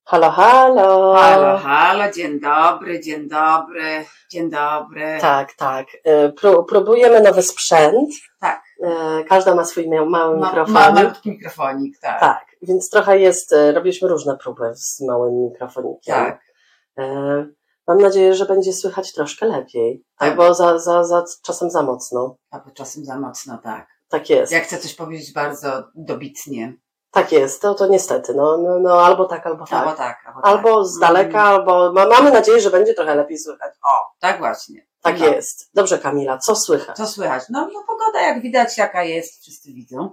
Halo, halo. Halo, halo, dzień dobry, dzień dobry, dzień dobry. Tak. Próbujemy nowy sprzęt. Tak. Każda ma swój mały mikrofonik. Malutki mikrofonik, tak. Tak, więc trochę robiliśmy różne próby z małym mikrofonikiem. Tak. Mam nadzieję, że będzie słychać troszkę lepiej. Tak. Albo czasem za mocno. Albo czasem za mocno, tak. Tak jest. Jak chcę coś powiedzieć bardzo dobitnie. Tak jest, to niestety. No, albo tak, albo tak. Albo tak. Albo z daleka, albo mamy nadzieję, że będzie trochę lepiej słychać. O, tak właśnie. tak jest. Dobrze, Kamila, co słychać? Co słychać? No pogoda jak widać jaka jest, wszyscy widzą.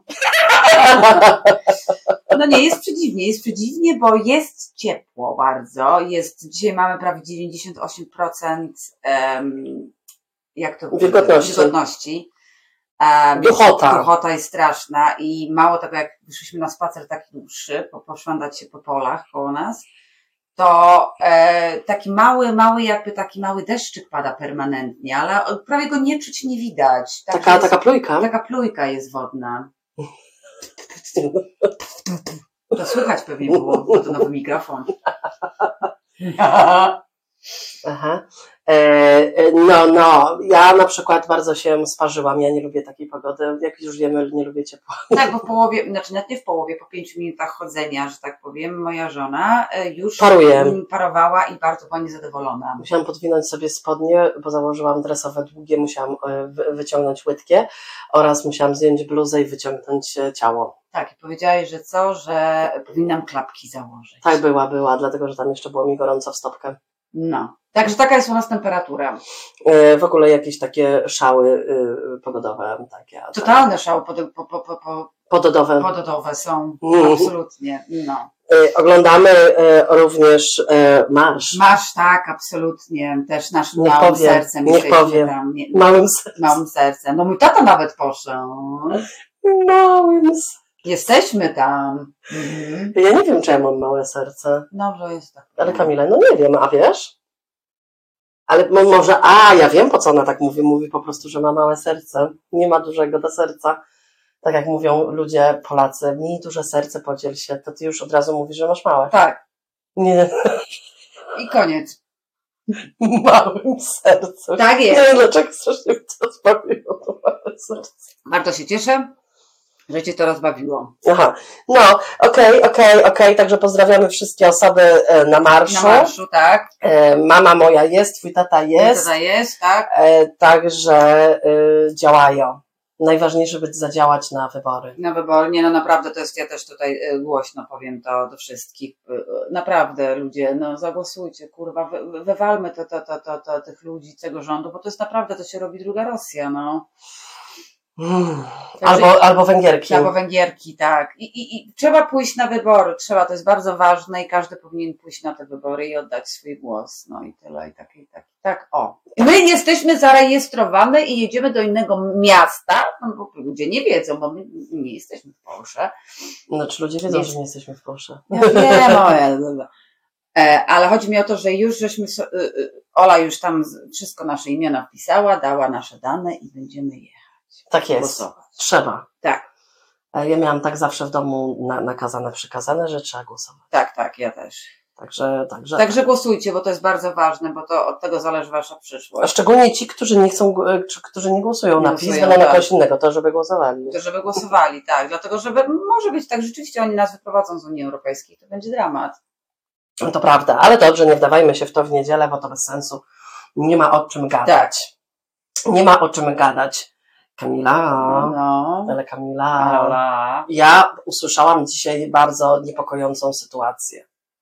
No nie, jest przedziwnie, bo jest ciepło bardzo. Dzisiaj mamy prawie 98% wilgotności. Duchota jest straszna i mało tego, jak wyszliśmy na spacer taki dłuższy, poszwandać się po polach koło nas, to taki mały deszczyk pada permanentnie, ale prawie go nie czuć, nie widać. Taka plujka? Taka plujka jest wodna. To słychać pewnie było, bo to nowy mikrofon. Aha. Ja na przykład bardzo się sparzyłam, ja nie lubię takiej pogody, jak już wiemy, nie lubię ciepła. Tak, bo w połowie, nawet nie w połowie, po 5 minutach chodzenia, że tak powiem, moja żona już parowała i bardzo była niezadowolona. Musiałam podwinąć sobie spodnie, bo założyłam dresowe długie, musiałam wyciągnąć łydkie oraz musiałam zdjąć bluzę i wyciągnąć ciało. Tak, i powiedziałaś, że powinnam klapki założyć. Tak, była, dlatego, że tam jeszcze było mi gorąco w stopkę. No, także taka jest u nas temperatura. W ogóle jakieś takie szały pogodowe. Totalne szały pogodowe są, absolutnie, no. Oglądamy również marsz. Marsz, tak, absolutnie. Też naszym małym sercem. Niech powie. Małym sercem. No mój tata nawet poszedł. Małym sercem. Jesteśmy tam. Ja nie wiem, czy ja mam małe serce. Dobrze jest tak. Ale Kamila, no nie wiem, a wiesz? Ale może, ja wiem, po co ona tak mówi. Mówi po prostu, że ma małe serce. Nie ma dużego do serca. Tak jak mówią ludzie, Polacy, miej duże serce, podziel się, to ty już od razu mówisz, że masz małe. Tak. Nie. I koniec. Małym sercu. Tak jest. Nie wiem, dlaczego strasznie mi to rozbawiło, to małe serce. Bardzo się cieszę, że cię to rozbawiło. Aha, no, okej, także pozdrawiamy wszystkie osoby na marszu. Na marszu, tak. Mama moja jest, twój tata jest. Twój tata jest, tak. Także działają. Najważniejsze, żeby zadziałać na wybory. Na wybory, nie, no naprawdę, to jest, ja też tutaj głośno powiem to do wszystkich. Naprawdę, ludzie, no zagłosujcie, kurwa, wywalmy tych ludzi, tego rządu, bo to jest naprawdę, to się robi druga Rosja, no. Albo Węgierki. Albo Węgierki, tak. I trzeba pójść na wybory, to jest bardzo ważne i każdy powinien pójść na te wybory i oddać swój głos. No i tyle, tak, o. My jesteśmy zarejestrowane i jedziemy do innego miasta, no bo ludzie nie wiedzą, bo my nie jesteśmy w Polsce. Znaczy ludzie wiedzą, że nie jesteśmy w Polsce. Ja wiem, ale chodzi mi o to, że już Ola już tam wszystko nasze imiona wpisała, dała nasze dane i będziemy jechać. Tak jest. Głosować. Trzeba. Tak. Ja miałam tak zawsze w domu przykazane, że trzeba głosować. Tak, ja też. Także głosujcie, bo to jest bardzo ważne, bo to od tego zależy wasza przyszłość. A szczególnie ci, którzy nie chcą, którzy nie głosują na PiS, będą na kogoś innego, to żeby głosowali. Tak, dlatego, może być tak, rzeczywiście oni nas wyprowadzą z Unii Europejskiej, to będzie dramat. No to prawda, ale dobrze, nie wdawajmy się w to w niedzielę, bo to bez sensu. Nie ma o czym gadać. Tak. Nie ma o czym gadać. Kamila, ale Kamila, ja usłyszałam dzisiaj bardzo niepokojącą sytuację.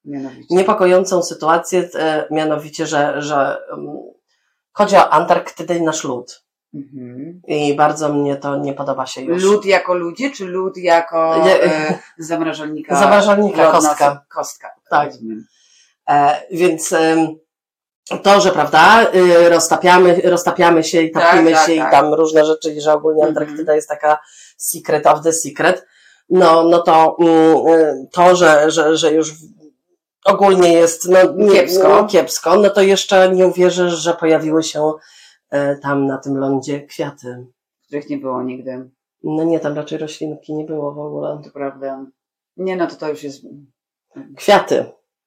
Mianowicie, że chodzi o Antarktydę i nasz lód. I bardzo mnie to nie podoba się już. Lód jako ludzie, czy lód jako zamrażalnika? Zamrażalnika, kostka. Tak. Więc to, że prawda, roztapiamy się i topimy się i tam różne rzeczy, i że ogólnie Antarktyda jest taka secret of the secret, no to, że już ogólnie jest kiepsko, no to jeszcze nie uwierzysz, że pojawiły się tam na tym lądzie kwiaty. Których nie było nigdy. No nie, tam raczej roślinki nie było w ogóle. To prawda. Nie, no to już jest... Kwiaty.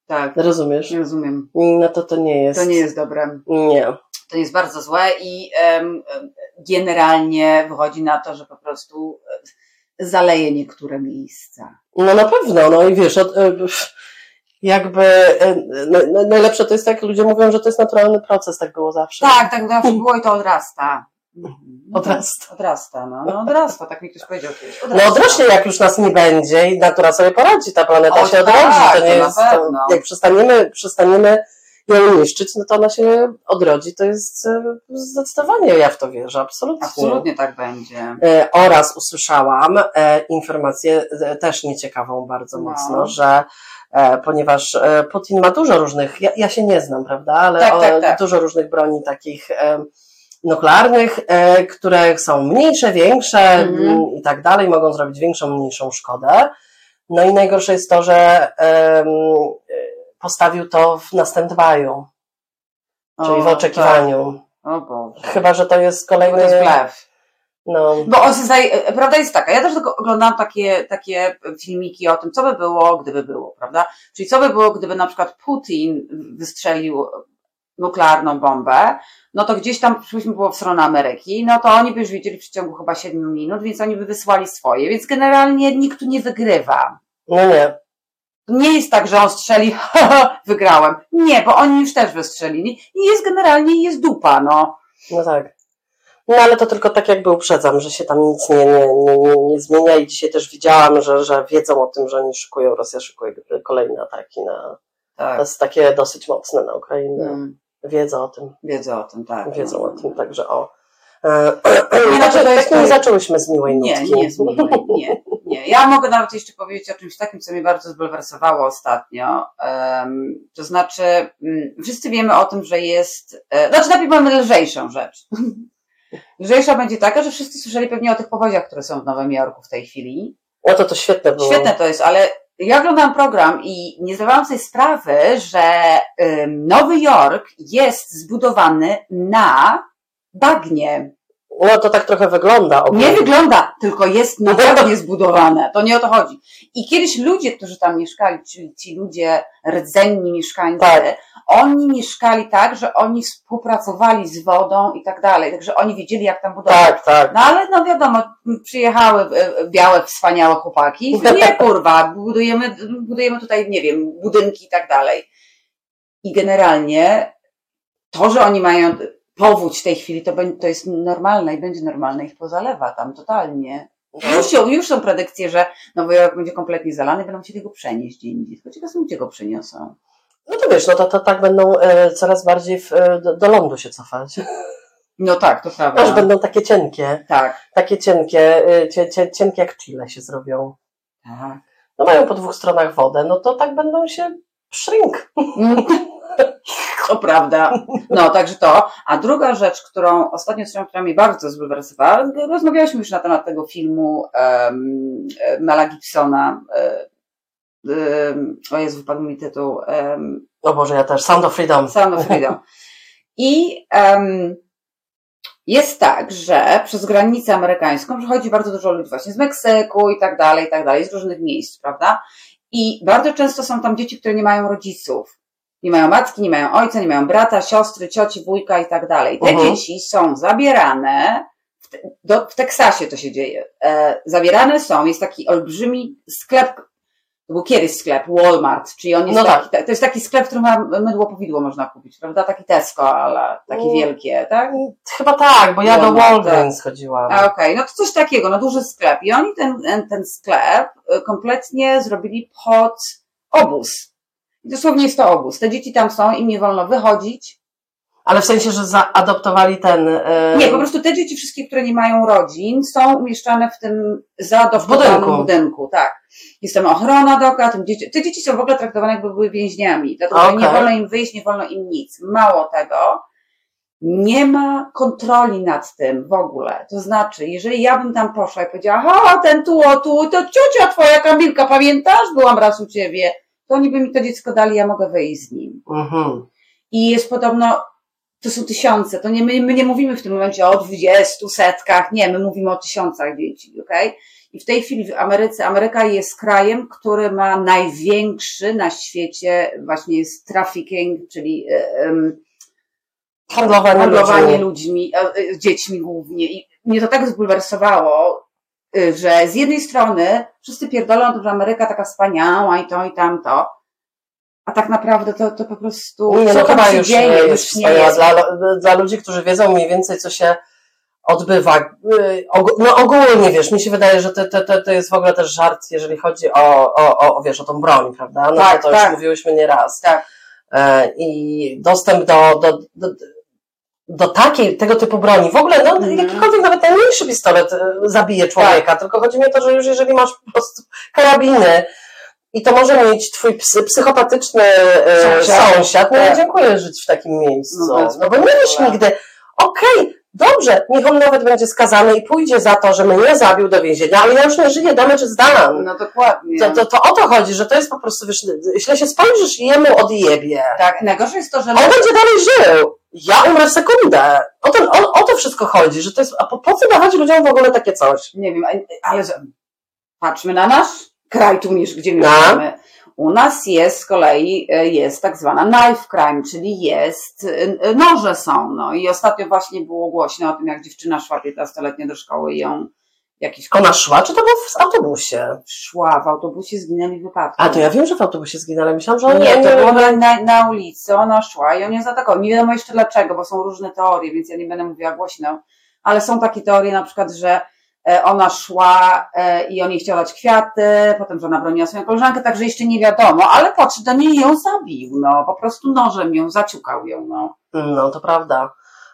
Tak. Rozumiesz? Nie rozumiem. No to nie jest. To nie jest dobre. Nie. To jest bardzo złe i generalnie wychodzi na to, że po prostu zaleje niektóre miejsca. No na pewno, no i wiesz, jakby najlepsze to jest, jak ludzie mówią, że to jest naturalny proces, tak było zawsze. Tak zawsze było i to odrasta. Odrasta, tak mi ktoś powiedział kiedyś. No odrośnie, jak już nas nie będzie i natura sobie poradzi, ta planeta się odrodzi. Tak, to nie jest, jak przestaniemy ją niszczyć, no to ona się odrodzi, to jest zdecydowanie, ja w to wierzę, absolutnie. Absolutnie tak będzie. Oraz usłyszałam informację też nieciekawą bardzo mocno, że ponieważ Putin ma dużo różnych, ja się nie znam, prawda, ale dużo różnych broni takich nuklearnych, które są mniejsze, większe i tak dalej, mogą zrobić większą, mniejszą szkodę. No i najgorsze jest to, że postawił to na stand-by'u, czyli w oczekiwaniu. Tak. O Boże. Chyba, że to jest kolejny... To jest blef. No. Bo prawda jest taka, ja też tylko oglądam takie filmiki o tym, co by było, gdyby było, prawda? Czyli co by było, gdyby na przykład Putin wystrzelił nuklearną bombę, no to gdzieś tam, przypuśćmy, było w stronę Ameryki, no to oni by już wiedzieli w przeciągu chyba 7 minut, więc oni by wysłali swoje, więc generalnie nikt tu nie wygrywa. No nie. Nie jest tak, że on strzeli, wygrałem. Nie, bo oni już też wystrzelili i jest generalnie jest dupa, no. No tak. No ale to tylko tak jakby uprzedzam, że się tam nic nie zmienia i dzisiaj też widziałam, że wiedzą o tym, że oni szykują, Rosja szykuje kolejne ataki to jest takie dosyć mocne na Ukrainę. Wiedzą o tym. Tak. Wiedzą o tym, także nie zaczęłyśmy z miłej nutki. Nie, z miłej, nie. Ja mogę nawet jeszcze powiedzieć o czymś takim, co mnie bardzo zbulwersowało ostatnio. To znaczy, wszyscy wiemy o tym, że jest... najpierw mamy lżejszą rzecz. Lżejsza będzie taka, że wszyscy słyszeli pewnie o tych powodziach, które są w Nowym Jorku w tej chwili. No to świetne było. Świetne to jest, ale ja oglądam program i nie zdawałam sobie sprawy, że Nowy Jork jest zbudowany na bagnie. No to tak trochę wygląda. Nie wygląda, tylko jest na bagnie zbudowane. To nie o to chodzi. I kiedyś ludzie, którzy tam mieszkali, czyli ci ludzie rdzenni mieszkańcy, oni mieszkali tak, że oni współpracowali z wodą i tak dalej. Także oni wiedzieli, jak tam budować. Tak. No ale no wiadomo, przyjechały białe, wspaniałe chłopaki. Nie kurwa, budujemy tutaj, nie wiem, budynki i tak dalej. I generalnie to, że oni mają powódź w tej chwili, to jest normalne i będzie normalne, ich pozalewa tam totalnie. Już są predykcje, że Nowy Jork będzie kompletnie zalany, będą chcieli go przenieść gdzie indziej. Tylko ciekawe, gdzie go przeniosą. No to wiesz, no to tak będą coraz bardziej do lądu się cofać. No tak, to prawda. Aż będą takie cienkie. Tak. Takie cienkie jak Chile się zrobią. Tak. No mają po 2 stronach wodę, no to tak będą się shrink. To prawda. No, także to. A druga rzecz, którą ostatnio słyszałam, która mnie bardzo zbulwersowała, rozmawialiśmy już na temat tego filmu Mela Gibsona. O Jezu, wypadł mi tytuł. O Boże, ja też. Sound of Freedom. I jest tak, że przez granicę amerykańską przechodzi bardzo dużo ludzi właśnie z Meksyku i tak dalej, z różnych miejsc, prawda? I bardzo często są tam dzieci, które nie mają rodziców. Nie mają matki, nie mają ojca, nie mają brata, siostry, cioci, wujka i tak dalej. Te dzieci są zabierane, w Teksasie to się dzieje, zabierane są, jest taki olbrzymi sklep, to był kiedyś sklep, Walmart, czyli on jest to jest taki sklep, w którym mydło powidło można kupić, prawda? Taki Tesco, ale takie wielkie, tak? Chyba tak, bo ja do Walgreens chodziłam. Okej, no to coś takiego, no duży sklep. I oni ten sklep kompletnie zrobili pod obóz. I dosłownie jest to obóz. Te dzieci tam są, im nie wolno wychodzić. Ale w sensie, że zaadoptowali Nie, po prostu te dzieci wszystkie, które nie mają rodzin, są umieszczane w tym zaadoptowanym budynku. Tak. Jest tam ochrona dookoła. Te dzieci są w ogóle traktowane, jakby były więźniami. Dlatego, że nie wolno im wyjść, nie wolno im nic. Mało tego, nie ma kontroli nad tym w ogóle. To znaczy, jeżeli ja bym tam poszła i powiedziała, ten tu, to ciocia twoja Kamilka, pamiętasz? Byłam raz u ciebie. To oni by mi to dziecko dali, ja mogę wyjść z nim. I jest podobno, to są tysiące, to nie, my nie mówimy w tym momencie o 20, setkach, nie, my mówimy o tysiącach dzieci, okej? I w tej chwili w Ameryka jest krajem, który ma największy na świecie właśnie jest trafficking, czyli handlowanie ludźmi, dziećmi głównie. I mnie to tak zbulwersowało, że z jednej strony wszyscy pierdolą, że Ameryka taka wspaniała i to i tamto, a tak naprawdę to po prostu nie, co no tam się już dzieje, już nie jest. Dla ludzi, którzy wiedzą mniej więcej, co się odbywa. No ogólnie, wiesz, mi się wydaje, że to jest w ogóle też żart, jeżeli chodzi o wiesz, o tą broń, prawda? No tak, to już mówiłyśmy nieraz. Tak. I dostęp do tego typu broni. W ogóle, jakikolwiek nawet najmniejszy pistolet zabije człowieka, tylko chodzi mi o to, że już jeżeli masz po prostu karabiny i to może mieć twój psychopatyczny sąsiad, no dziękuję żyć w takim miejscu. No bo nie wiesz nigdy, dobrze, niech on nawet będzie skazany i pójdzie za to, że mnie zabił do więzienia, ale ja już nie żyję, damage is done. No dokładnie. To o to chodzi, że to jest po prostu, wiesz, źle się spojrzysz i jemu odjebie. Tak, najgorsze jest to, że... On będzie dalej żył. Ja umrę w sekundę. O to wszystko chodzi, że to jest, a po co dawać ludziom w ogóle takie coś? Nie wiem, ale patrzmy na nasz kraj tu, gdzie mieszkamy. U nas jest z kolei tak zwana knife crime, czyli noże są. No i ostatnio właśnie było głośno o tym, jak dziewczyna szła 15-letnia do szkoły i ją jakiś... Ona szła, czy to było w autobusie? Szła, w autobusie zginęli w wypadku. A to ja wiem, że w autobusie zginęli, myślałam, że nie, to było na ulicy, ona szła i on ją zaatakował. Nie wiadomo jeszcze dlaczego, bo są różne teorie, więc ja nie będę mówiła głośno, ale są takie teorie na przykład, że ona szła i on jej chciał dać kwiaty, potem, że ona broniła swoją koleżankę, także jeszcze nie wiadomo, ale podszedł do niej i ją zabił, no, po prostu nożem ją, zaciukał ją, no. No, to prawda,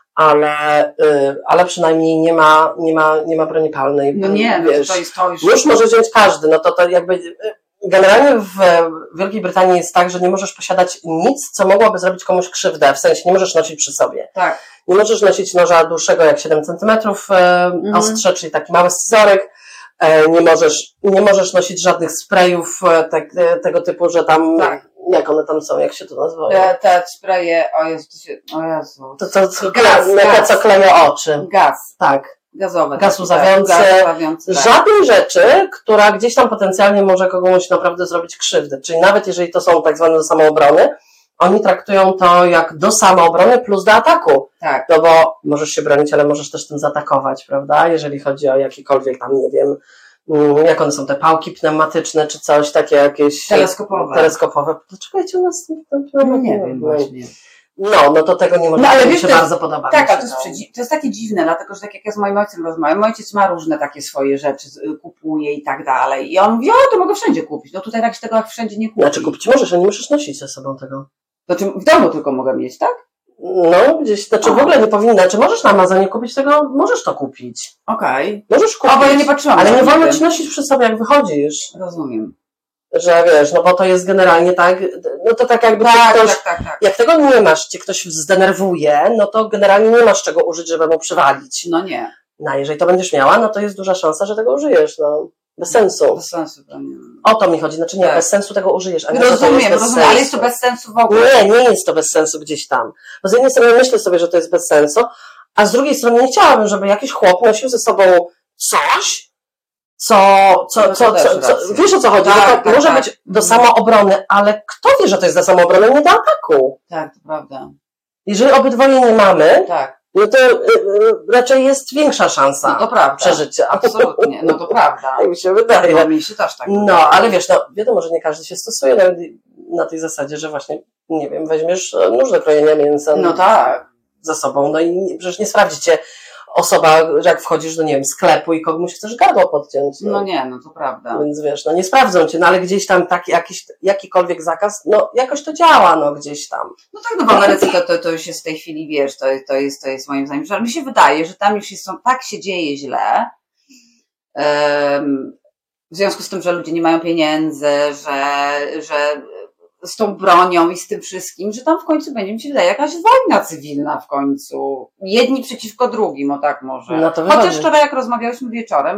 ale przynajmniej nie ma broni palnej. No nie, wiesz, no to jest już może wziąć każdy, no to jakby generalnie w Wielkiej Brytanii jest tak, że nie możesz posiadać nic, co mogłoby zrobić komuś krzywdę, w sensie nie możesz nosić przy sobie. Tak. Nie możesz nosić noża dłuższego jak 7 cm ostrze, czyli taki mały scyzoryk. Nie możesz nosić żadnych sprayów tego typu, że tam, jak one tam są, jak się to nazywa? Te spraye, o Jezu. Co kleją oczy. Gaz. Tak. Gazowe. Gaz łzawiący. Żadnej rzeczy, która gdzieś tam potencjalnie może komuś naprawdę zrobić krzywdę. Czyli nawet jeżeli to są tak zwane do samoobrony, oni traktują to jak do samoobrony plus do ataku. Tak. No bo możesz się bronić, ale możesz też tym zaatakować, prawda? Jeżeli chodzi o jakiekolwiek tam, nie wiem, jak one są, te pałki pneumatyczne, czy coś takie jakieś... Teleskopowe. Dlaczego u nas... No nie wiem właśnie. No to tego nie może mi się bardzo podoba. Tak, ale to jest takie dziwne, dlatego że tak jak ja z moim ojcem rozmawiam, mój ojciec ma różne takie swoje rzeczy, kupuje i tak dalej. I on mówi, to mogę wszędzie kupić. No tutaj tak się tego jak wszędzie nie kupi. Znaczy kupić możesz, a nie musisz nosić ze sobą tego. Znaczy w domu tylko mogę mieć, tak? No, gdzieś, znaczy w ogóle nie powinna. Czy możesz na Amazonie kupić tego? Możesz to kupić. Okej. Możesz kupić. Bo ja nie patrzyłam. Ale nie wolno ci nosić przy sobie, jak wychodzisz. Rozumiem. Że wiesz, no bo to jest generalnie tak, no to tak jakby ktoś, jak tego nie masz, cię ktoś zdenerwuje, no to generalnie nie masz czego użyć, żeby mu przywalić. No nie. No jeżeli to będziesz miała, no to jest duża szansa, że tego użyjesz, no. Bez sensu. Bez sensu. O to mi chodzi, znaczy nie, bez sensu tego użyjesz. Rozumiem, ale jest to bez sensu w ogóle. Nie jest to bez sensu gdzieś tam. Bo z jednej strony myślę sobie, że to jest bez sensu, a z drugiej strony nie chciałabym, żeby jakiś chłop nosił ze sobą coś, wiesz o co chodzi, to może być do samoobrony, ale kto wie, że to jest do samoobrony, nie do ataku. Tak, to prawda. Jeżeli obydwoje nie mamy, no to raczej jest większa szansa przeżycia. Absolutnie, no to prawda. Tak mi się wydaje. No, mi się też tak wydaje. No, ale wiesz, wiadomo, że nie każdy się stosuje nawet na tej zasadzie, że właśnie, nie wiem, weźmiesz nóż do krojenia mięsa za sobą, no i przecież nie sprawdzicie osoba, że jak wchodzisz do, nie wiem, sklepu i komuś chcesz gardło podciąć. No nie, no to prawda. Więc wiesz, nie sprawdzą cię, ale gdzieś tam jakikolwiek zakaz, jakoś to działa, gdzieś tam. No tak, w Ameryce to już jest w tej chwili, wiesz, to jest moim zdaniem, że mi się wydaje, że tam już tak się dzieje źle, w związku z tym, że ludzie nie mają pieniędzy, że z tą bronią i z tym wszystkim, że tam w końcu będzie, mi się wydaje, jakaś wojna cywilna w końcu. Jedni przeciwko drugim, tak może. No to chociaż wczoraj, jak rozmawiałyśmy wieczorem,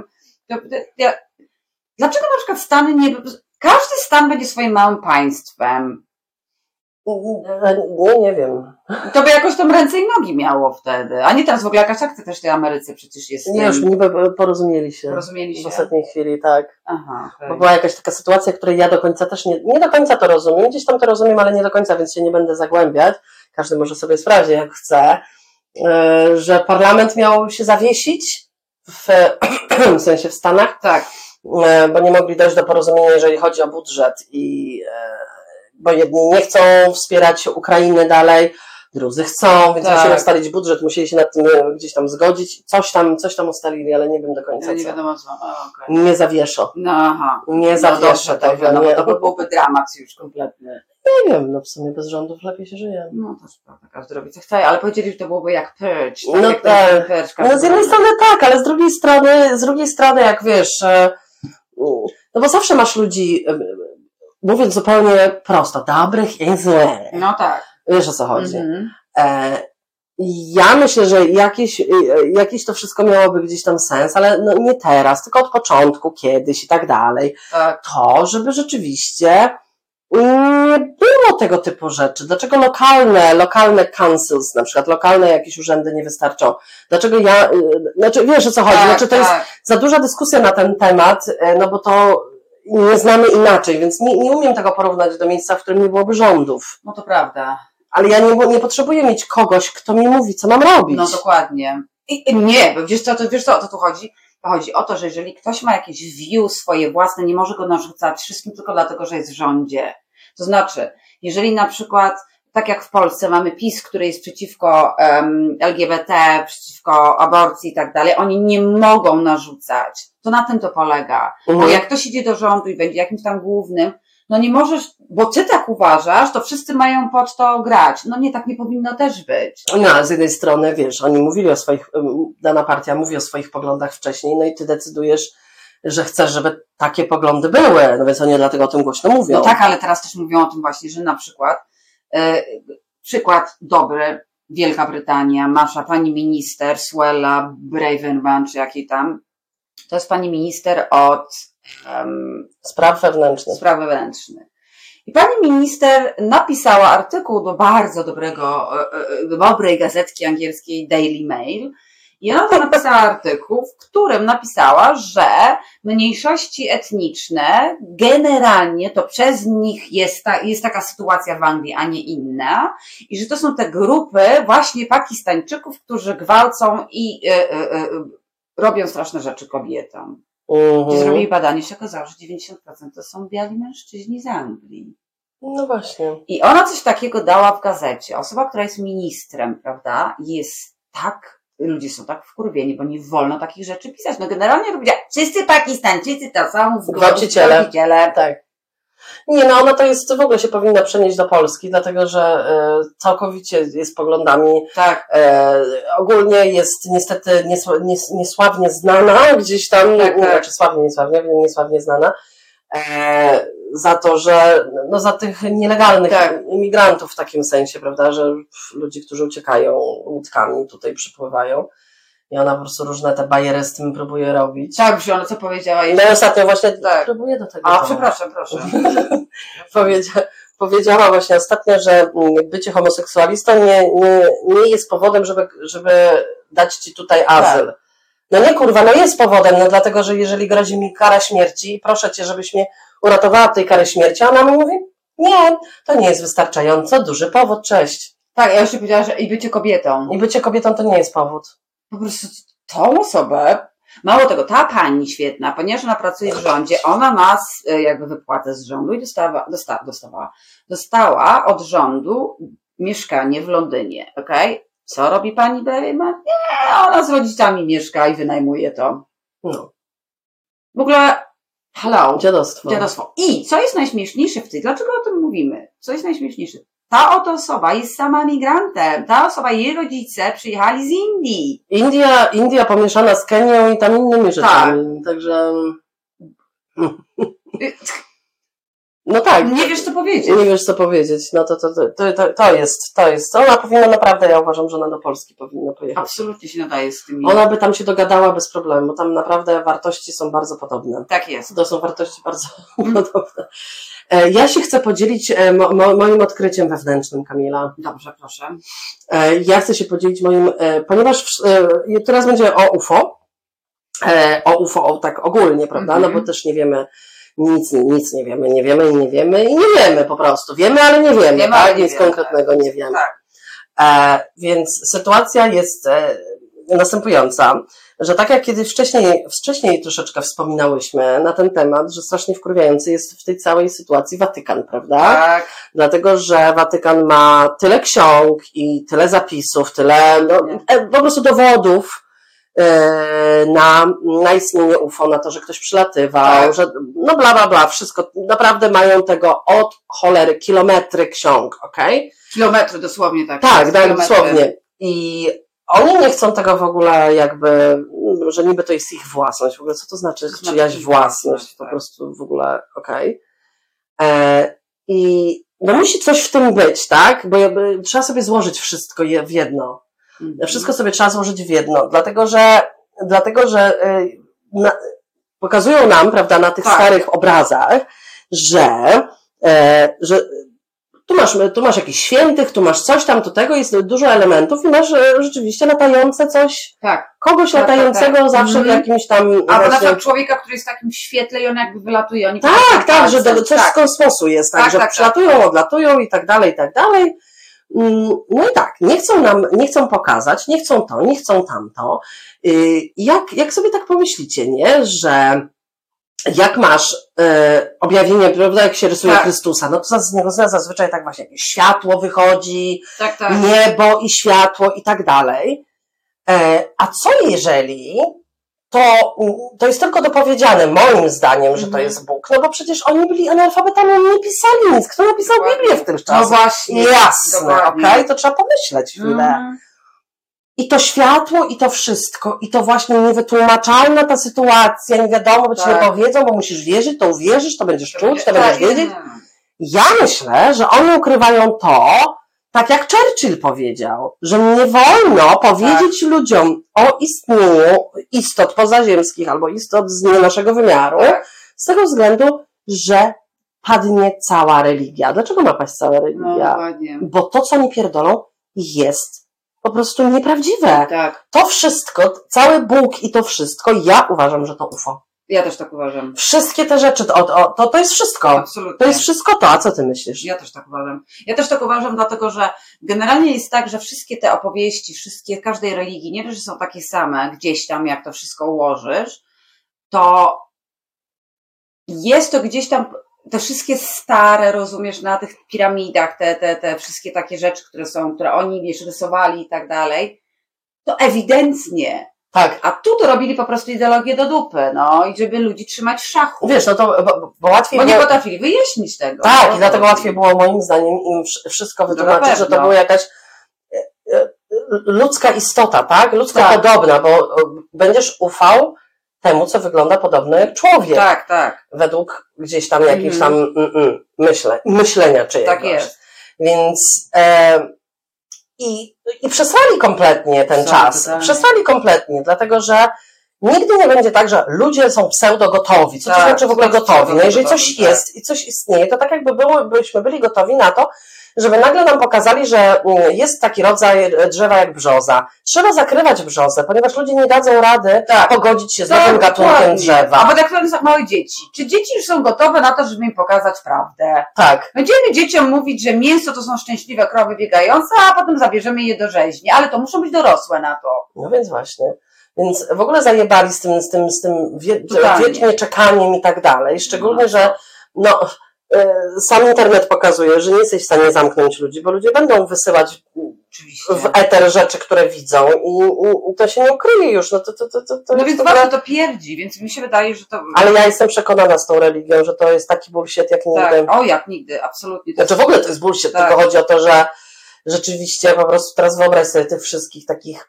dlaczego na przykład każdy stan będzie swoim małym państwem? Nie wiem. To by jakoś tam ręce i nogi miało wtedy. A nie teraz w ogóle jakaś akcja też w tej Ameryce przecież jest. Nie, już niby porozumieli się. Porozumieli się? W ostatniej chwili, tak. Aha. Okay. Bo była jakaś taka sytuacja, której ja do końca też nie do końca to rozumiem. Gdzieś tam to rozumiem, ale nie do końca, więc się nie będę zagłębiać. Każdy może sobie sprawdzić, jak chce. Że parlament miał się zawiesić w sensie w Stanach. Tak. Bo nie mogli dojść do porozumienia, jeżeli chodzi o budżet i bo jedni nie chcą wspierać Ukrainy dalej, drudzy chcą, więc tak. musieli ustalić budżet, musieli się nad tym gdzieś tam zgodzić, coś tam ustalili, ale nie wiem do końca nie co. wiadomo co. Okay. Nie zawieszą. No aha. Nie zawieszę tego. No, to byłby dramat już kompletny. Nie wiem, no w sumie bez rządów lepiej się żyje. No to jest prawda, każdy robi co chce, ale powiedzieli, że to byłoby jak Purge. Tak? No jak tak. Purge, no z jednej strony tak, ale z drugiej strony jak wiesz, no bo zawsze masz ludzi, mówiąc zupełnie prosto, dobrych i złych. No tak. Wiesz o co chodzi. Ja myślę, że jakiś to wszystko miałoby gdzieś tam sens, ale no nie teraz, tylko od początku, kiedyś i tak dalej. Tak. To, żeby rzeczywiście nie było tego typu rzeczy. Dlaczego lokalne councils, na przykład lokalne jakieś urzędy nie wystarczą? Dlaczego wiesz o co chodzi? Tak, to jest za duża dyskusja na ten temat, no bo to nie znamy inaczej, więc nie umiem tego porównać do miejsca, w którym nie byłoby rządów. No to prawda. Ale ja nie potrzebuję mieć kogoś, kto mi mówi, co mam robić. No dokładnie. Nie, bo wiesz co, o co tu chodzi? To chodzi o to, że jeżeli ktoś ma jakieś view swoje własne, nie może go narzucać wszystkim tylko dlatego, że jest w rządzie. To znaczy, jeżeli na przykład, tak jak w Polsce mamy PiS, który jest przeciwko LGBT, przeciwko aborcji i tak dalej, oni nie mogą narzucać. To na tym to polega. Bo jak ktoś idzie do rządu i będzie jakimś tam głównym, no nie możesz, bo ty tak uważasz, to wszyscy mają pod to grać. No nie, tak nie powinno też być. No, ale z jednej strony, wiesz, oni mówili o swoich, dana partia mówi o swoich poglądach wcześniej, no i ty decydujesz, że chcesz, żeby takie poglądy były, no więc oni dlatego o tym głośno mówią. No tak, ale teraz też mówią o tym właśnie, że na przykład, przykład dobry, Wielka Brytania, nasza pani minister, Suella Braverman, czy jakiej tam, to jest pani minister od spraw wewnętrznych. I pani minister napisała artykuł do bardzo dobrej gazetki angielskiej Daily Mail i ona tam napisała artykuł, w którym napisała, że mniejszości etniczne generalnie to przez nich jest taka sytuacja w Anglii, a nie inna i że to są te grupy właśnie Pakistańczyków, którzy gwałcą i robią straszne rzeczy kobietom. Gdzie zrobili badanie, się okazało, że 90% to są biali mężczyźni z Anglii. No właśnie. I ona coś takiego dała w gazecie. Osoba, która jest ministrem, prawda, ludzie są tak wkurwieni, bo nie wolno takich rzeczy pisać. No generalnie wszyscy Pakistańczycy to są gwałciciele. Tak. Nie, no ona to jest, w ogóle się powinna przenieść do Polski, dlatego że całkowicie jest poglądami, tak. Ogólnie jest niestety niesławnie znana gdzieś tam, znaczy niesławnie znana, za to, że no za tych nielegalnych imigrantów w takim sensie, prawda, że ludzi, którzy uciekają łódkami tutaj przypływają. I ona po prostu różne te bajery z tym próbuje robić. Tak, że ona co powiedziała? No ostatnio właśnie próbuję do tego. Przepraszam, proszę. Powiedziała właśnie ostatnio, że bycie homoseksualistą nie jest powodem, żeby dać ci tutaj azyl. Tak. No nie kurwa, no jest powodem, no dlatego, że jeżeli grozi mi kara śmierci, proszę cię, żebyś mnie uratowała tej kary śmierci, a ona mi mówi, nie, to nie jest wystarczająco duży powód, cześć. Tak, ja jeszcze powiedziała, że i bycie kobietą. I bycie kobietą to nie jest powód. Po prostu tą osobę, mało tego, ta pani świetna, ponieważ ona pracuje w rządzie, ona ma jakby wypłatę z rządu i dostała od rządu mieszkanie w Londynie, okej? Co robi pani Berryman? Nie, ona z rodzicami mieszka i wynajmuje to. No. W ogóle, hello. Dziadostwo. I co jest najśmieszniejsze w tym, dlaczego o tym mówimy? Co jest najśmieszniejsze? Ta oto osoba jest sama migrantem. Ta osoba, jej rodzice przyjechali z Indii. India pomieszana z Kenią i tam innymi rzeczami. Tak. Także... No tak. Nie wiesz, co powiedzieć. Nie wiesz, co powiedzieć. No to jest. Ona powinna naprawdę, ja uważam, że ona do Polski powinna pojechać. Absolutnie się nadaje z tymi. Ona by tam się dogadała bez problemu. Tam naprawdę wartości są bardzo podobne. Tak jest. To są wartości bardzo podobne. Ja się chcę podzielić moim odkryciem wewnętrznym, Kamila. Dobrze, proszę. Ja chcę się podzielić ponieważ teraz będzie o UFO. O UFO tak ogólnie, prawda? No bo też nie wiemy, nic nie wiemy i nie wiemy po prostu. Wiemy, ale nie wiemy, wiemy, tak? Nie nic wiemy, konkretnego tak. nie wiemy. Tak. Więc sytuacja jest następująca, że tak jak kiedyś wcześniej troszeczkę wspominałyśmy na ten temat, że strasznie wkurwiający jest w tej całej sytuacji Watykan, prawda? Tak. Dlatego, że Watykan ma tyle ksiąg i tyle zapisów, tyle po prostu dowodów na istnienie UFO, na to, że ktoś przylatywał, że no bla, bla, bla, wszystko, naprawdę mają tego od cholery, kilometry ksiąg, okej? Kilometry dosłownie tak. Tak, dosłownie. I oni nie chcą tego w ogóle jakby, że niby to jest ich własność. W ogóle co to znaczy czyjaś własność? Po prostu w ogóle okej. I no musi coś w tym być, tak? Bo trzeba sobie złożyć wszystko w jedno. Wszystko sobie trzeba złożyć w jedno. Dlatego, że pokazują nam, prawda, na tych starych obrazach, że tu masz jakichś świętych, tu masz coś tam, do tego jest dużo elementów i masz rzeczywiście latające coś, kogoś latającego zawsze w jakimś tam... Albo na przykład człowieka, który jest w takim świetle i on jakby wylatuje. Oni tak, że coś z kosmosu jest, że przylatują, odlatują i tak dalej, i tak dalej. No i tak, nie chcą pokazać, nie chcą to, nie chcą tamto. Jak sobie tak pomyślicie, nie, że jak masz objawienie, prawda, jak się rysuje Chrystusa, no to z niego zazwyczaj tak właśnie jakieś światło wychodzi, niebo i światło i tak dalej. A co jeżeli to jest tylko dopowiedziane, moim zdaniem, że to jest Bóg, no bo przecież oni byli analfabetami, oni nie pisali nic. Kto napisał Biblię w tych czasach? No właśnie. Jasne, okej? To trzeba pomyśleć chwilę. I to światło, i to wszystko, i to właśnie niewytłumaczalna ta sytuacja, nie wiadomo, bo ci nie powiedzą, bo musisz wierzyć, to uwierzysz, to będziesz czuć, to będziesz wiedzieć. Ja myślę, że oni ukrywają to, tak jak Churchill powiedział, że nie wolno powiedzieć ludziom o istnieniu istot pozaziemskich albo istot z naszego wymiaru, z tego względu, że padnie cała religia. Dlaczego ma paść cała religia? Bo to, co oni pierdolą, jest po prostu nieprawdziwe. To wszystko, cały Bóg i to wszystko, ja uważam, że to UFO. Ja też tak uważam. Wszystkie te rzeczy, to jest wszystko. Absolutnie. To jest wszystko to, a co ty myślisz? Ja też tak uważam. Ja też tak uważam, dlatego że generalnie jest tak, że wszystkie te opowieści, każdej religii, nie wiesz, że są takie same gdzieś tam, jak to wszystko ułożysz, to jest to gdzieś tam, te wszystkie stare, rozumiesz, na tych piramidach, te wszystkie takie rzeczy, które oni, rysowali i tak dalej, to ewidentnie. A tu to robili po prostu ideologię do dupy, no i żeby ludzi trzymać w szachu. Wiesz, no to, bo łatwiej było... nie potrafili wyjaśnić tego. Tak, i dlatego łatwiej było moim zdaniem im wszystko wytłumaczyć, że to była jakaś ludzka istota, tak? Ludzka podobna, bo będziesz ufał temu, co wygląda podobno jak człowiek. Tak. Według gdzieś tam jakichś tam myślenia czyjegoś. Tak jest. Więc i przesrali kompletnie ten czas. Przesrali kompletnie, dlatego że nigdy nie będzie tak, że ludzie są pseudo gotowi. Co to znaczy w ogóle gotowi? No jeżeli coś jest i coś istnieje, to tak jakby byśmy byli gotowi na to, żeby nagle nam pokazali, że jest taki rodzaj drzewa jak brzoza. Trzeba zakrywać brzozę, ponieważ ludzie nie dadzą rady pogodzić się z nowym gatunkiem drzewa. A bo tak to są małe dzieci. Czy dzieci już są gotowe na to, żeby im pokazać prawdę? Tak. Będziemy dzieciom mówić, że mięso to są szczęśliwe krowy biegające, a potem zabierzemy je do rzeźni. Ale to muszą być dorosłe na to. No więc właśnie. Więc w ogóle zajebali z tym wiecznie czekaniem i tak dalej. Szczególnie, że sam internet pokazuje, że nie jesteś w stanie zamknąć ludzi, bo ludzie będą wysyłać w eter rzeczy, które widzą i to się nie ukryje już. No więc bardzo to pierdzi, więc mi się wydaje, że to... Ale ja jestem przekonana z tą religią, że to jest taki bullshit jak nigdy. Jak nigdy, absolutnie. Znaczy w ogóle to jest bullshit, tylko chodzi o to, że rzeczywiście po prostu teraz wyobraź sobie tych wszystkich takich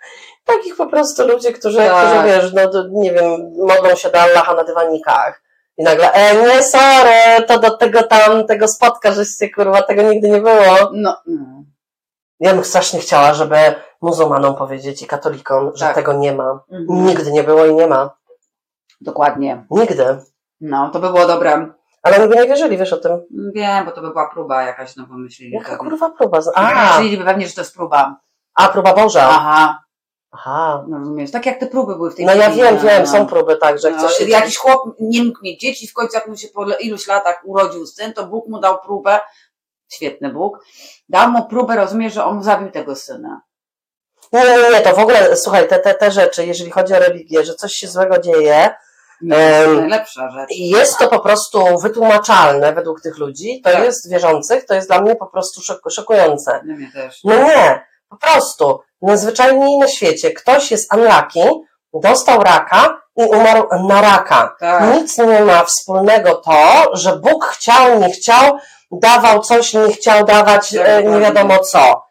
po prostu ludzi, którzy wiesz, nie wiem, modlą się do Allaha na dywanikach. I nagle, nie, sorry, to do tego spotka, żeście kurwa, tego nigdy nie było. No. Ja bym strasznie chciała, żeby muzułmanom powiedzieć i katolikom, że tego nie ma. Nigdy nie było i nie ma. Dokładnie. Nigdy. No, to by było dobre. Ale oni by nie wierzyli, wiesz o tym? Wiem, bo to by była próba jakaś, no pomyśleli. Jaka kurwa próba? Myśleliby pewnie, że to jest próba. Próba Boża. Aha. No rozumiesz, tak jak te próby były w tej ja wiem, są próby, tak, że ktoś... Jakiś chłop nie mógł mieć dzieci, w końcu jak mu się po iluś latach urodził syn, to Bóg mu dał próbę, świetny Bóg, dał mu próbę, rozumiesz, że on zabił tego syna. Nie, to w ogóle, słuchaj, te rzeczy, jeżeli chodzi o religię, że coś się złego dzieje, to jest najlepsza rzecz. I jest to po prostu wytłumaczalne według tych ludzi, to jest wierzących, to jest dla mnie po prostu szokujące. Dla mnie też. No nie, po prostu, najzwyczajniej na świecie, ktoś jest unlucky, dostał raka i umarł na raka. Tak. Nic nie ma wspólnego to, że Bóg chciał, nie chciał, dawał coś, nie chciał dawać, nie wiadomo co.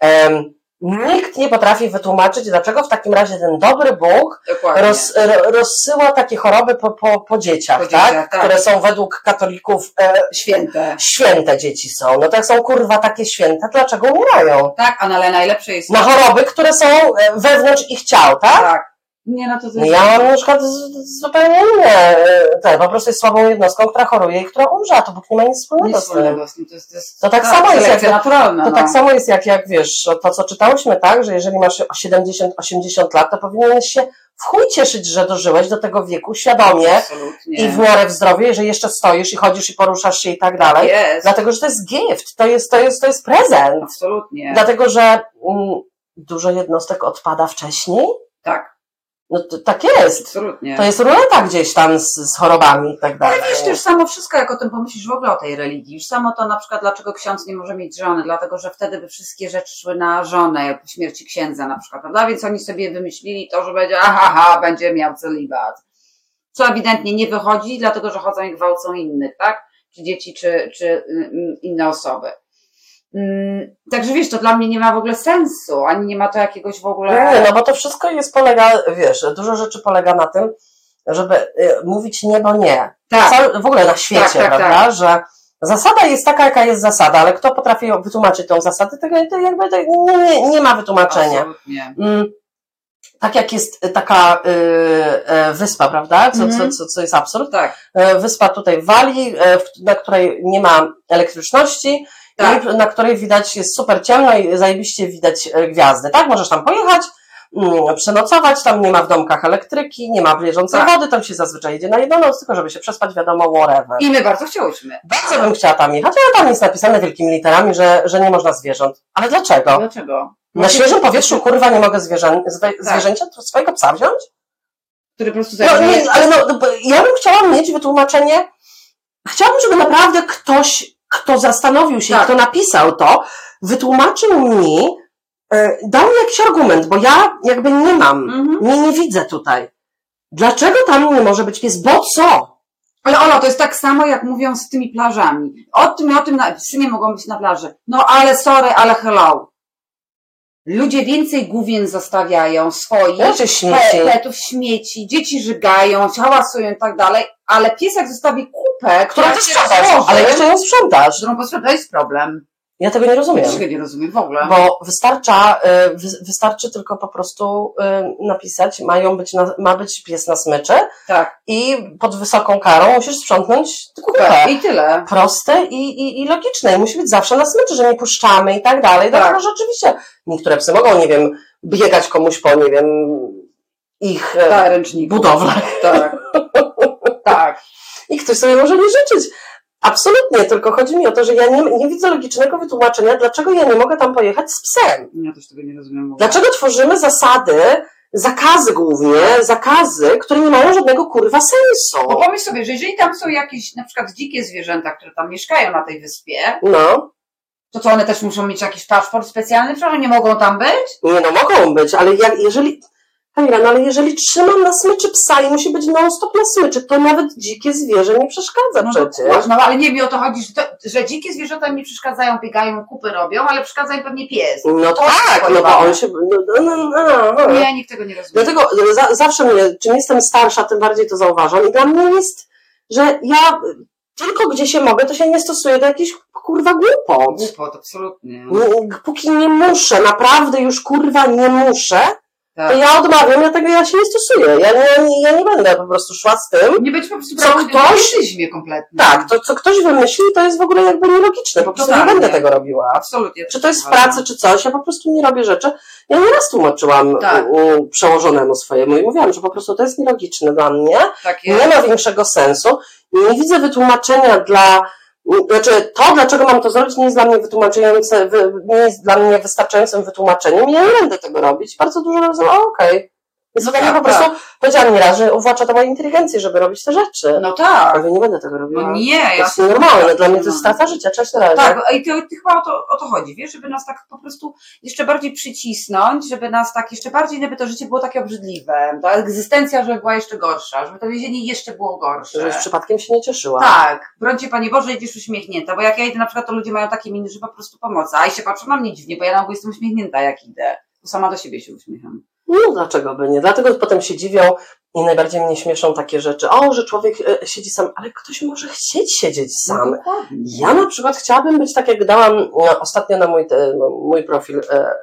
Nikt nie potrafi wytłumaczyć, dlaczego w takim razie ten dobry Bóg rozsyła takie choroby po dzieciach, tak? Które są według katolików święte dzieci są. No to jak są kurwa takie święte, dlaczego umierają? Tak, ale najlepsze jest... Na choroby, które są wewnątrz ich ciał, tak? Tak. Nie, no to ja mam na przykład zupełnie inne. Po prostu jest słabą jednostką, która choruje i która umrze, a to Bóg nie ma nic wspólnego z tym. To tak samo jest jak naturalne. To tak samo jest jak wiesz, to co czytałyśmy, tak, że jeżeli masz 70-80 lat, to powinieneś się w chuj cieszyć, że dożyłeś do tego wieku świadomie. Absolutnie. I w miarę w zdrowiu, że jeszcze stoisz i chodzisz i poruszasz się i tak dalej. Dlatego, że to jest gift, to jest prezent. Absolutnie. Dlatego, że dużo jednostek odpada wcześniej. Tak. No to, tak jest. Absolutnie. To jest ruleta gdzieś tam z chorobami i tak dalej. Ale wiesz, już samo wszystko, jak o tym pomyślisz w ogóle o tej religii, już samo to na przykład, dlaczego ksiądz nie może mieć żony, dlatego, że wtedy by wszystkie rzeczy szły na żonę po śmierci księdza na przykład, prawda? Więc oni sobie wymyślili to, że będzie, będzie miał celibat. Co ewidentnie nie wychodzi, dlatego, że chodzą i gwałcą innych, tak? Czy dzieci, czy inne osoby. Także wiesz, to dla mnie nie ma w ogóle sensu, ani nie ma to jakiegoś w ogóle... Nie, no bo to wszystko polega, wiesz, dużo rzeczy polega na tym, żeby mówić nie, bo nie. Tak. W ogóle na świecie, prawda? Tak. Że zasada jest taka, jaka jest zasada, ale kto potrafi wytłumaczyć tą zasadę, tego jakby nie ma wytłumaczenia. Absolutnie. Tak jak jest taka wyspa, prawda? Co jest absurd. Tak. Wyspa tutaj w Walii, na której nie ma elektryczności, tak. Na której widać, jest super ciemno i zajebiście widać gwiazdy, tak? Możesz tam pojechać, przenocować, tam nie ma w domkach elektryki, nie ma bieżącej wody, tam się zazwyczaj jedzie na jedną noc, tylko żeby się przespać, wiadomo, whatever. I my bardzo chciałyśmy. Bardzo bym chciała tam jechać, ale tam jest napisane wielkimi literami, że nie można zwierząt. Ale dlaczego? Dlaczego? Na świeżym powietrzu, kurwa, nie mogę zwierzęcia swojego psa wziąć? Który po prostu ja bym chciała mieć wytłumaczenie, chciałabym, żeby naprawdę ktoś, kto zastanowił się, kto napisał to, wytłumaczył mi, dał mi jakiś argument, bo ja jakby nie mam, nie widzę tutaj. Dlaczego tam nie może być pies? Bo co? Ale Ola, to jest tak samo, jak mówią z tymi plażami. O tym psy nie mogą być na plaży. No ale sorry, ale hello. Ludzie więcej główien zostawiają swoich, petów, śmieci, dzieci żygają, hałasują i tak dalej, ale pies jak zostawi kupę, którą ty sprzątasz, ale jeszcze ją sprzątasz. Którą posprzątasz, to jest problem. Ja tego nie rozumiem. Ja tego nie rozumiem w ogóle. Bo wystarczy tylko po prostu napisać, ma być pies na smyczy i pod wysoką karą musisz sprzątnąć kupę. I tyle. Proste i logiczne. I musi być zawsze na smyczy, że nie puszczamy i tak dalej. Dlatego, że oczywiście niektóre psy mogą, nie wiem, biegać komuś po, nie wiem, ich budowlach. Tak. I ktoś sobie może nie życzyć. Absolutnie, tylko chodzi mi o to, że ja nie widzę logicznego wytłumaczenia, dlaczego ja nie mogę tam pojechać z psem. Ja też tego nie rozumiem. Dlaczego tworzymy zakazy głównie, które nie mają żadnego kurwa sensu. Bo pomyśl sobie, że jeżeli tam są jakieś na przykład dzikie zwierzęta, które tam mieszkają na tej wyspie, to co, one też muszą mieć jakiś paszport specjalny, że nie mogą tam być? Nie, no mogą być, ale ale jeżeli trzymam na smyczy psa i musi być non-stop na smyczy, to nawet dzikie zwierzę nie przeszkadza przecież. No ale nie mi o to chodzi, że dzikie zwierzęta mi przeszkadzają, biegają, kupy robią, ale przeszkadza im pewnie pies. No tak, no bo on się... Nie, nikt tego nie rozumie. Dlatego zawsze czym jestem starsza, tym bardziej to zauważam i dla mnie jest że ja tylko gdzie się mogę, to się nie stosuję do jakichś kurwa głupot. Głupot, absolutnie. Póki nie muszę, naprawdę już kurwa nie muszę, tak. To ja odmawiam, ja się nie stosuję. Ja nie będę po prostu szła z tym. Nie być po prostu prawdziwie kompletnie. Tak, to co ktoś wymyśli, to jest w ogóle jakby nielogiczne. Po prostu nie będę tego robiła. Absolutnie. Czy to jest w pracy, czy coś, ja po prostu nie robię rzeczy. Ja nieraz tłumaczyłam przełożonemu swojemu i mówiłam, że po prostu to jest nielogiczne dla mnie. Tak jest. Nie ma większego sensu. Nie widzę wytłumaczenia znaczy to, dlaczego mam to zrobić, nie jest dla mnie nie jest dla mnie wystarczającym wytłumaczeniem. Ja nie będę tego robić. Bardzo dużo razy, okej. Więc ja po prostu powiedziałam nieraz, że uwłacza to mojej inteligencji, żeby robić te rzeczy. No tak. Ale nie będę tego robiła. No nie, to jest normalne. Dla mnie to jest strata życia. Cześć na razie. Tak, i ty chyba o to chodzi, wiesz, żeby nas tak po prostu jeszcze bardziej przycisnąć, żeby nas tak jeszcze bardziej, żeby to życie było takie obrzydliwe, ta egzystencja, żeby była jeszcze gorsza, żeby to więzienie jeszcze było gorsze. Żebyś przypadkiem się nie cieszyła. Tak, brońcie Panie Boże, idziesz uśmiechnięta, bo jak ja idę na przykład, to ludzie mają takie miny, że po prostu pomocy, a i się patrzą na mnie dziwnie, bo ja na ogół jestem uśmiechnięta jak idę, bo sama do siebie się uśmiecham. No dlaczego by nie? Dlatego potem się dziwią i najbardziej mnie śmieszą takie rzeczy. Że człowiek siedzi sam, ale ktoś może chcieć siedzieć sam. No, ja na przykład chciałabym być tak, jak dałam ostatnio na mój profil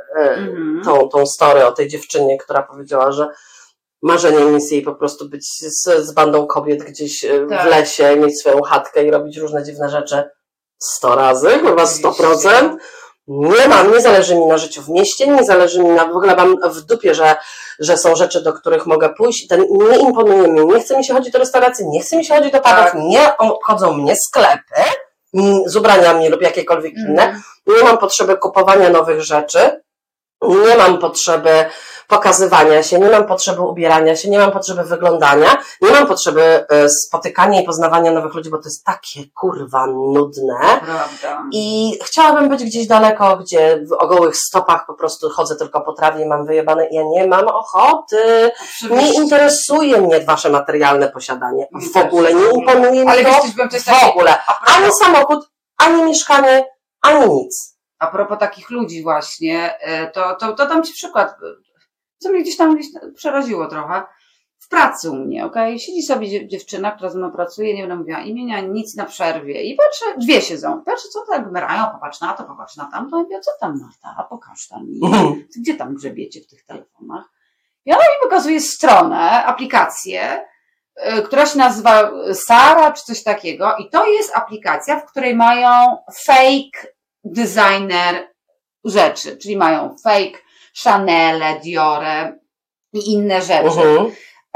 tą story o tej dziewczynie, która powiedziała, że marzeniem jest jej po prostu być z bandą kobiet gdzieś w lesie, mieć swoją chatkę i robić różne dziwne rzeczy 100 razy, chyba 100%. Nie zależy mi na życiu w mieście, nie zależy mi w ogóle mam w dupie, że są rzeczy, do których mogę pójść. Nie imponuje mi, nie chce mi się chodzić do restauracji, nie chce mi się chodzić do pubów, nie obchodzą mnie sklepy z ubraniami lub jakiekolwiek inne. Nie mam potrzeby kupowania nowych rzeczy, nie mam potrzeby pokazywania się, nie mam potrzeby ubierania się, nie mam potrzeby wyglądania, nie mam potrzeby spotykania i poznawania nowych ludzi, bo to jest takie kurwa nudne. Prawda. I chciałabym być gdzieś daleko, gdzie o gołych stopach po prostu chodzę tylko po trawie i mam wyjebane i ja nie mam ochoty. Nie interesuje mnie wasze materialne posiadanie. W ogóle nie imponuje mi to w ogóle. Ani samochód, ani mieszkanie, ani nic. A propos takich ludzi właśnie, to dam Ci przykład, co mnie gdzieś tam przeraziło trochę. W pracy u mnie, siedzi sobie dziewczyna, która ze mną pracuje, nie będę mówiła imienia, nic na przerwie i patrzę, dwie siedzą, patrzę, co tak gmerają, popatrz na to, popatrz na tamto, i mówię, co tam Marta, a pokaż tam, gdzie tam grzebiecie w tych telefonach? I ona mi pokazuje stronę, aplikację, która się nazywa Sara, czy coś takiego i to jest aplikacja, w której mają fake designer rzeczy, czyli mają fake Chanel, Dior i inne rzeczy.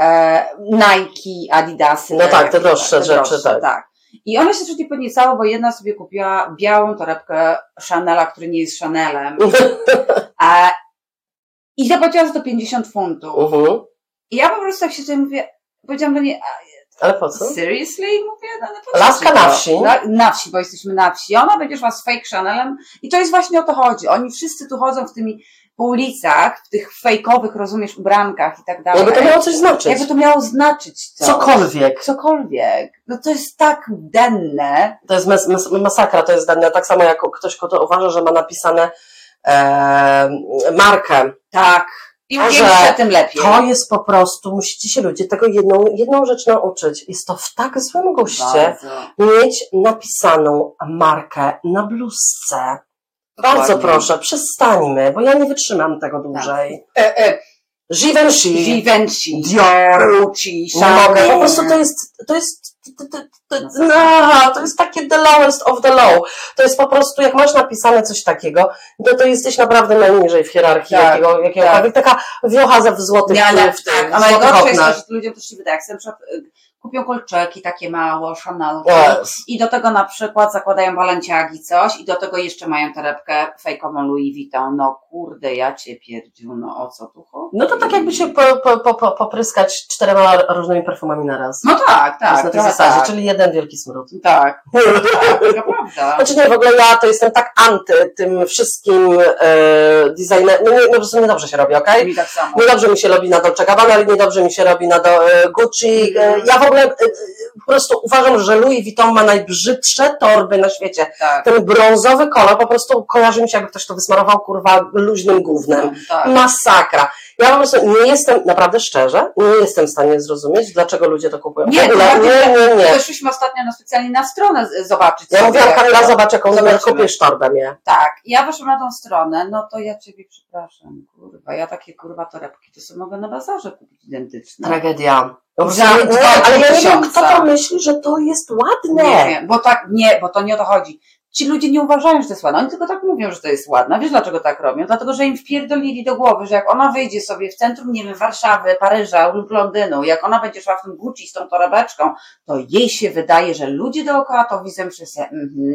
Nike, Adidasy. No tak, te droższe rzeczy, tak. I one się troszkę podniecały, bo jedna sobie kupiła białą torebkę Chanela, który nie jest Chanelem. I zapłaciła za to 50 funtów. I ja po prostu tak się tutaj mówię, powiedziałam do niej, ale po co? Seriously? Mówię, laska na wsi. Na wsi, bo jesteśmy na wsi. Ona będzie szła z fake Chanelem i to jest właśnie o to chodzi. Oni wszyscy tu chodzą po ulicach, w tych fejkowych, rozumiesz, ubrankach i tak dalej. Jakby to miało coś znaczyć. Jakby to miało znaczyć coś. Cokolwiek. No to jest tak denne. To jest masakra, to jest denne. Tak samo jak ktoś, kto uważa, że ma napisane markę. Tak. Im większe, tym lepiej. To jest po prostu, musicie się ludzie tego jedną rzecz nauczyć. Jest to w tak złym guście mieć napisaną markę na bluzce. Bardzo proszę, przestańmy, bo ja nie wytrzymam tego dłużej. Givenchy, Dior, Gucci, Chanel. Po prostu to jest takie the lowest of the low. To jest po prostu, jak masz napisane coś takiego, to jesteś naprawdę najniżej w hierarchii jakiegokolwiek. Taka wiocha w złotych oknach. A najgorsze jest to, że ludziom też się wydaje, jak sobie na przykład kupią kolczeki takie mało, Chanel, i do tego na przykład zakładają balenciagi coś i do tego jeszcze mają torebkę fejkową Louis Vuitton. No kurde, ja cię pierdziu, no o co tu chodzi? No to tak jakby się popryskać 4 różnymi perfumami na raz. No tak. Na tej zasadzie, czyli jeden wielki smród. Tak, to prawda. Znaczy nie, w ogóle ja to jestem tak anty tym wszystkim designerem, po prostu niedobrze się robi, Mi tak samo. Niedobrze mi się robi na Dolce Gabbana, ale niedobrze mi się robi na Gucci. Ja w ogóle po prostu uważam, że Louis Vuitton ma najbrzydsze torby na świecie. Tak. Ten brązowy kolor po prostu kojarzy mi się, jakby ktoś to wysmarował, kurwa, luźnym gównem. Tak. Masakra. Ja po prostu nie jestem, naprawdę szczerze, nie jestem w stanie zrozumieć, dlaczego ludzie to kupują. Nie, nie. Weszliśmy ostatnio specjalnie na stronę zobaczyć. Ja mówiłam, Kamila, zobacz, jaką kupisz torbę, nie? Tak, ja weszłam na tą stronę, no to ja ciebie przepraszam, kurwa, ja takie kurwa torebki, to sobie mogę na bazarze kupić identyczne. Tragedia. Ale ja nie wiem, kto to myśli, że to jest ładne. Nie wiem, bo to nie o to chodzi. Ci ludzie nie uważają, że to jest ładne, oni tylko tak mówią, że to jest ładne. Wiesz, dlaczego tak robią? Dlatego, że im wpierdolili do głowy, że jak ona wyjdzie sobie w centrum, nie wiem, Warszawy, Paryża lub Londynu, jak ona będzie szła w tym Gucci z tą torebeczką, to jej się wydaje, że ludzie dookoła to widzą, że się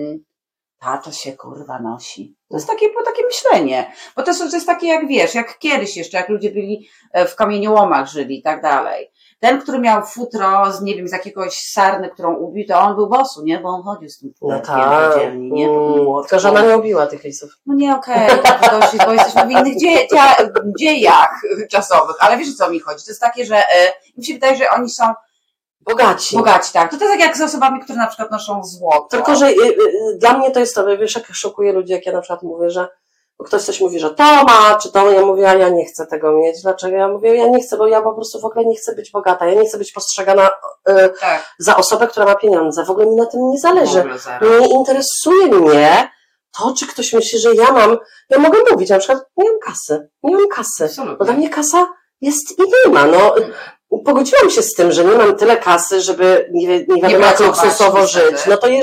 to się kurwa nosi. To jest takie myślenie. Bo to jest takie jak wiesz, jak kiedyś jeszcze, jak ludzie byli w kamieniołomach żyli i tak dalej. Ten, który miał futro z, nie wiem, z jakiegoś sarny, którą ubił, to on był bosu, nie? Bo on chodził z tym futerkiem do dzielni, nie? Tylko, że ona nie ubiła tych lisów. No nie, okej, bo jesteśmy w innych dziejach czasowych, ale wiesz, o co mi chodzi? To jest takie, że mi się wydaje, że oni są bogaci, tak. To jest jak z osobami, które na przykład noszą złoto. Tylko, że dla mnie to jest to, wiesz, jak szokuje ludzi, jak ja na przykład mówię, że ktoś coś mówi, że to ma, czy to, ja mówię, a ja nie chcę tego mieć. Dlaczego? Ja mówię, ja nie chcę, bo ja po prostu w ogóle nie chcę być bogata. Ja nie chcę być postrzegana za osobę, która ma pieniądze. W ogóle mi na tym nie zależy. Nie interesuje mnie to, czy ktoś myśli, że ja mogę mówić, na przykład, nie mam kasy. Absolutnie. Bo dla mnie kasa jest i nie ma. No, pogodziłam się z tym, że nie mam tyle kasy, żeby nie wiadomo jak luksusowo żyć.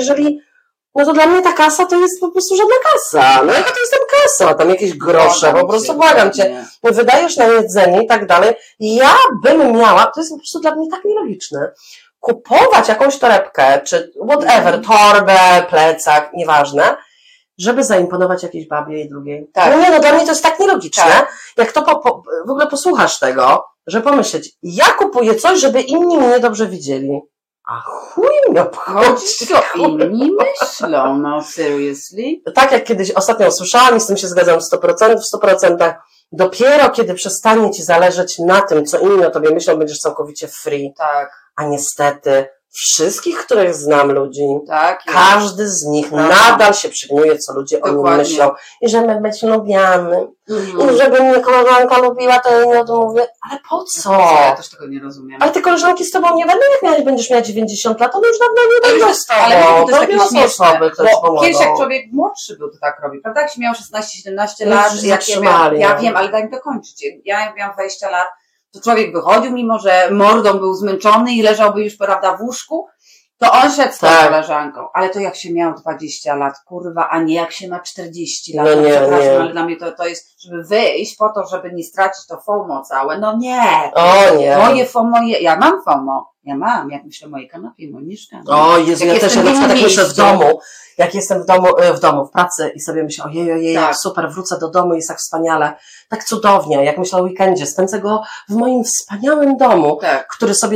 No to dla mnie ta kasa to jest po prostu żadna kasa. No jaka to jest tam kasa? Tam jakieś grosze, po prostu błagam cię. Wydajesz na jedzenie i tak dalej. Ja bym miała, to jest po prostu dla mnie tak nielogiczne, kupować jakąś torebkę, czy whatever, torbę, plecak, nieważne, żeby zaimponować jakiejś babie i drugiej. Tak. No dla mnie to jest tak nielogiczne, jak to w ogóle posłuchasz tego, że pomyśleć, ja kupuję coś, żeby inni mnie dobrze widzieli. A chuj mnie obchodzi. Co inni myślą, no seriously? Tak jak kiedyś ostatnio usłyszałam i z tym się zgadzam w 100%, dopiero kiedy przestanie ci zależeć na tym, co inni o tobie myślą, będziesz całkowicie free. Tak. A niestety wszystkich, których znam ludzi, tak, każdy z nich nadal się przyjmuje, co ludzie o nim myślą. I żeby być lubiany. I żeby mnie koleżanka lubiła, to jej nie odmówię. Ale po co? Ja też tego nie rozumiem. Ale te koleżanki z tobą nie będą, jak będziesz miała 90 lat, one już dawno nie będą z tobą. Ale to jest takie śmieszne, bo kiedyś jak człowiek młodszy był, to tak robi, prawda? Jak się miał 16-17 lat, ja wiem, ale daj mi dokończyć. Ja miałam 20 lat, to człowiek wychodził, mimo że mordą był zmęczony i leżałby już, prawda, w łóżku, to on szedł z tą koleżanką. Ale to jak się miał 20 lat, kurwa, a nie jak się ma 40 lat. No nie, przepraszam, ale dla mnie to jest, żeby wyjść po to, żeby nie stracić to FOMO całe. No nie. O nie. Moje FOMO, ja mam FOMO. Ja mam, jak myślę o mojej kanapie, moim mieszkaniu. O Jezu, ja też, na przykład jak myślę w domu, jak jestem w domu, w pracy i sobie myślę, ojej, jak super, wrócę do domu, jest tak wspaniale, tak cudownie, jak myślę o weekendzie, spędzę go w moim wspaniałym domu, który sobie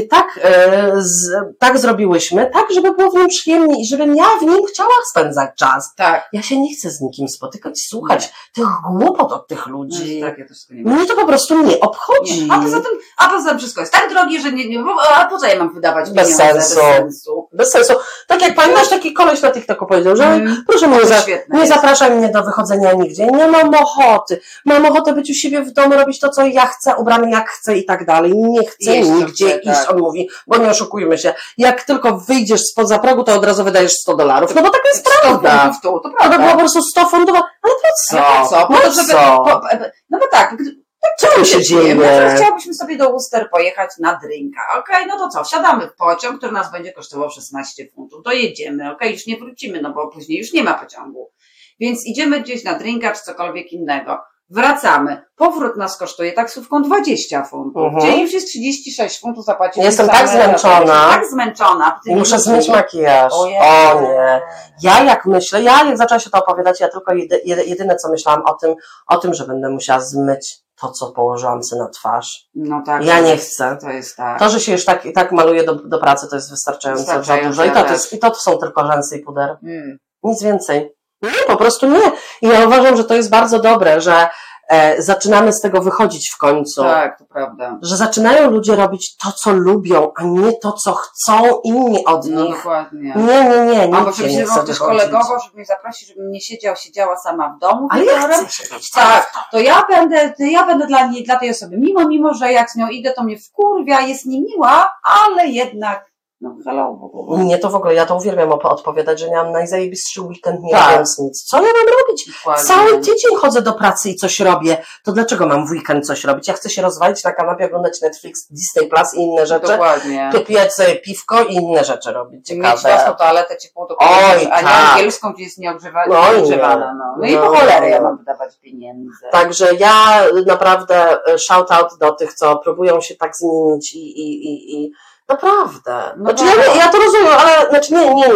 tak zrobiłyśmy, tak, żeby było w nim przyjemnie i żebym ja w nim chciała spędzać czas. Tak. Ja się nie chcę z nikim spotykać, słuchać tych głupot od tych ludzi. No, tak, ja też nie mnie to po prostu nie obchodzi. Nie. A poza tym wszystko jest tak drogie, że a po co ja mam wydawać pieniądze? Bez sensu. Tak jak pamiętasz, taki koleś na TikToku powiedział, że proszę mnie, nie zapraszaj mnie do wychodzenia nigdzie, nie mam ochoty. Mam ochotę być u siebie w domu, robić to, co ja chcę, ubrany jak chcę i tak dalej. Nie chcę nigdzie iść, on mówi, bo nie oszukujmy się. Jak tylko wyjdziesz spod progu, to od razu wydajesz $100. No bo taka jest prawda. To prawda. To było po prostu 100 funtów, ale po co? No bo tak, co się dzieje? Może chciałabyśmy sobie do Worcester pojechać na drinka. Okej, no to co? Wsiadamy w pociąg, który nas będzie kosztował 16 funtów. Dojedziemy, już nie wrócimy, no bo później już nie ma pociągu. Więc idziemy gdzieś na drinka czy cokolwiek innego. Wracamy. Powrót nas kosztuje taksówką 20 funtów. Czyli już jest 36 funtów zapłacić. Jestem tak zmęczona. Muszę zmyć makijaż. O nie. Jak zaczęła się to opowiadać, ja tylko jedyne co myślałam o tym, że będę musiała zmyć to, co położyłam sobie na twarz. No tak. Ja nie chcę. To jest tak. To, że się już tak maluje do pracy, to jest wystarczająco za dużo. I to są tylko rzęsy i puder. Nic więcej. Nie, po prostu nie. I ja uważam, że to jest bardzo dobre, że zaczynamy z tego wychodzić w końcu. Tak, to prawda. Że zaczynają ludzie robić to, co lubią, a nie to, co chcą inni od nich. No dokładnie. Nie. Albo żeby się też kolegowo, żeby mnie zaprosić, żebym nie siedziała sama w domu. Ale ja chcę siedzieć. Tak, to ja będę dla tej osoby. Mimo, że jak z nią idę, to mnie wkurwia, jest niemiła, ale jednak hello w ogóle. Nie, to w ogóle, ja to uwielbiam odpowiadać, że miałam najzajebistszy weekend, nie robiąc nic. Co ja mam robić? Dokładnie. Cały tydzień chodzę do pracy i coś robię. To dlaczego mam w weekend coś robić? Ja chcę się rozwalić na kanapie, oglądać Netflix, Disney Plus i inne rzeczy. Dokładnie. Pijać sobie piwko i inne rzeczy robić. Ciekawe. Mieć własną toaletę ciepłą, a nie angielską, gdzie jest nieogrzewana. No i po cholerę ja mam wydawać pieniędzy. Także ja naprawdę shout out do tych, co próbują się tak zmienić i naprawdę. Znaczy ja to rozumiem, ale znaczy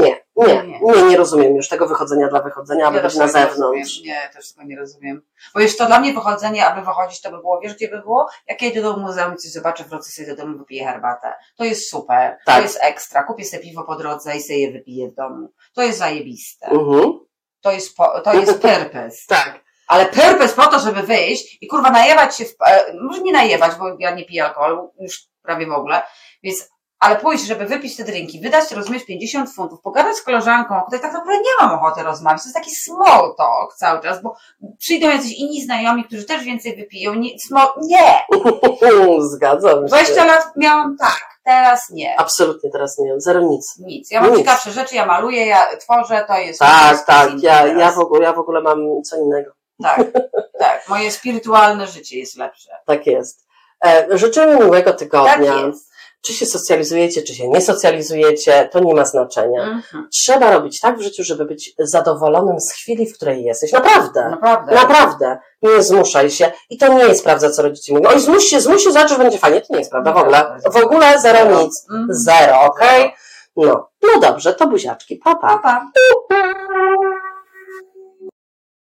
nie rozumiem już tego wychodzenia dla wychodzenia, aby być na zewnątrz. Nie, też tego nie rozumiem. Bo już to dla mnie wychodzenie, aby wychodzić, to by było, wiesz gdzie by było? Jak ja idę do muzeum i coś zobaczę, wrócę sobie do domu, wypiję herbatę. To jest super, to jest ekstra. Kupię sobie piwo po drodze i sobie je wypiję w domu. To jest zajebiste. To jest purpose. Tak. Ale purpose po to, żeby wyjść i kurwa najewać się, może nie najewać, bo ja nie piję alkoholu, już prawie w ogóle, więc ale pójść, żeby wypić te drinki, wydać, rozumiesz, 50 funtów, pogadać z koleżanką, o której tak naprawdę nie mam ochoty rozmawiać. To jest taki small talk cały czas, bo przyjdą jacyś inni znajomi, którzy też więcej wypiją. Nie! Zgadzam się. 20 lat miałam tak, teraz nie. Absolutnie teraz nie, zero nic. Nic. Ja mam ciekawsze rzeczy, ja maluję, ja tworzę, to jest... Tak, ja w ogóle mam co innego. Tak, moje spirytualne życie jest lepsze. Tak jest. Życzymy miłego tygodnia. Tak jest. Czy się socjalizujecie, czy się nie socjalizujecie, to nie ma znaczenia. Trzeba robić tak w życiu, żeby być zadowolonym z chwili, w której jesteś. Naprawdę. Nie zmuszaj się. I to nie jest prawda, co rodzice mówią. Oj, zmuś się, zobaczysz, będzie fajnie. To nie jest prawda w ogóle. W ogóle zero nic. Zero, okej? No dobrze, to buziaczki. Pa.